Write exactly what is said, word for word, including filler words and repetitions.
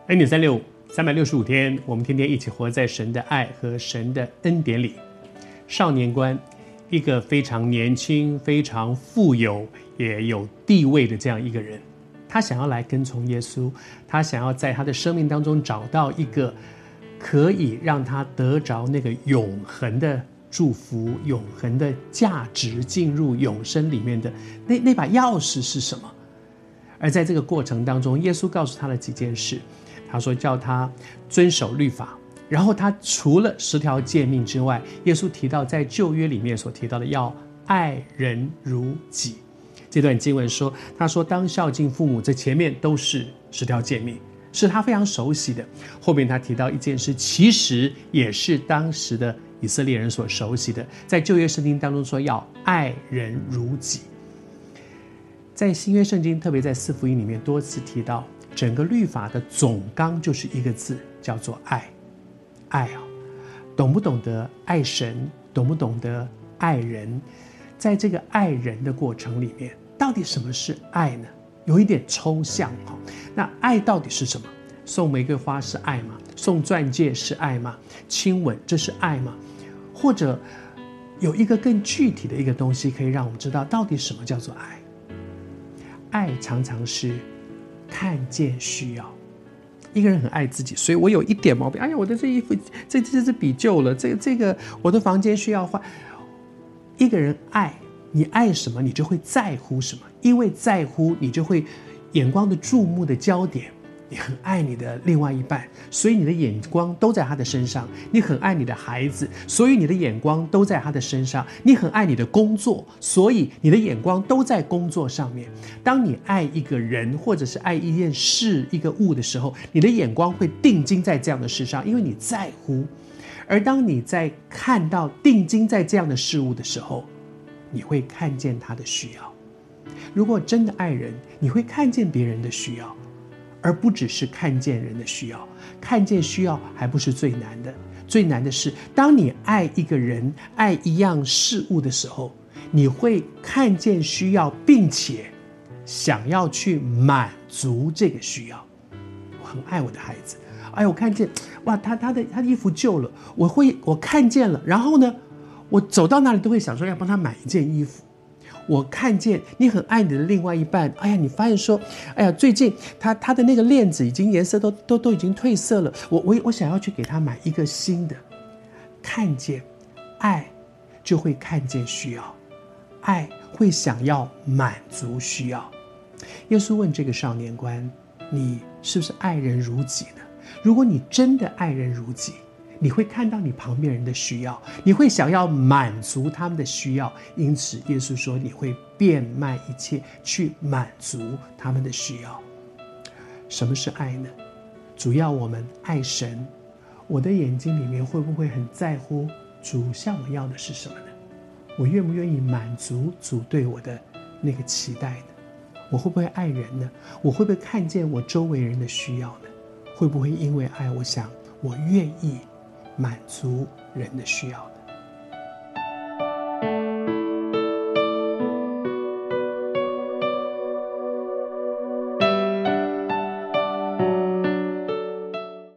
恩典三六五，三百六十五天，我们天天一起活在神的爱和神的恩典里。少年观，一个非常年轻、非常富有也有地位的这样一个人，他想要来跟从耶稣，他想要在他的生命当中找到一个可以让他得着那个永恒的祝福、永恒的价值，进入永生里面的那那把钥匙是什么？而在这个过程当中，耶稣告诉他了几件事。他说叫他遵守律法，然后他除了十条诫命之外，耶稣提到在旧约里面所提到的要爱人如己。这段经文说，他说当孝敬父母，这前面都是十条诫命，是他非常熟悉的。后面他提到一件事，其实也是当时的以色列人所熟悉的，在旧约圣经当中说要爱人如己。在新约圣经，特别在四福音里面多次提到，整个律法的总纲就是一个字，叫做爱。爱啊，懂不懂得爱神，懂不懂得爱人，在这个爱人的过程里面，到底什么是爱呢？有一点抽象。那爱到底是什么？送玫瑰花是爱吗？送钻戒是爱吗？亲吻这是爱吗？或者有一个更具体的一个东西，可以让我们知道到底什么叫做爱？爱常常是看见需要。一个人很爱自己，所以我有一点毛病，哎呀，我的这衣服这这这笔旧了，这个这个我的房间需要换。一个人爱，你爱什么，你就会在乎什么，因为在乎，你就会眼光的注目的焦点。你很爱你的另外一半，所以你的眼光都在他的身上。你很爱你的孩子，所以你的眼光都在他的身上。你很爱你的工作，所以你的眼光都在工作上面。当你爱一个人或者是爱一件事一个物的时候，你的眼光会定睛在这样的事上，因为你在乎。而当你在看到定睛在这样的事物的时候，你会看见他的需要。如果真的爱人，你会看见别人的需要，而不只是看见人的需要。看见需要还不是最难的，最难的是当你爱一个人，爱一样事物的时候，你会看见需要，并且想要去满足这个需要。我很爱我的孩子，哎，我看见哇，他他的他的衣服旧了，我会我看见了，然后呢，我走到哪里都会想说要帮他买一件衣服。我看见你很爱你的另外一半，哎呀，你发现说，哎呀，最近他他的那个链子已经颜色都都都已经褪色了，我我我想要去给他买一个新的。看见爱，就会看见需要，爱会想要满足需要。耶稣问这个少年官，你是不是爱人如己呢？如果你真的爱人如己，你会看到你旁边人的需要，你会想要满足他们的需要，因此耶稣说你会变卖一切去满足他们的需要。什么是爱呢？主要我们爱神，我的眼睛里面会不会很在乎主向我要的是什么呢？我愿不愿意满足主对我的那个期待呢？我会不会爱人呢？我会不会看见我周围人的需要呢？会不会因为爱，我想我愿意满足人的需要？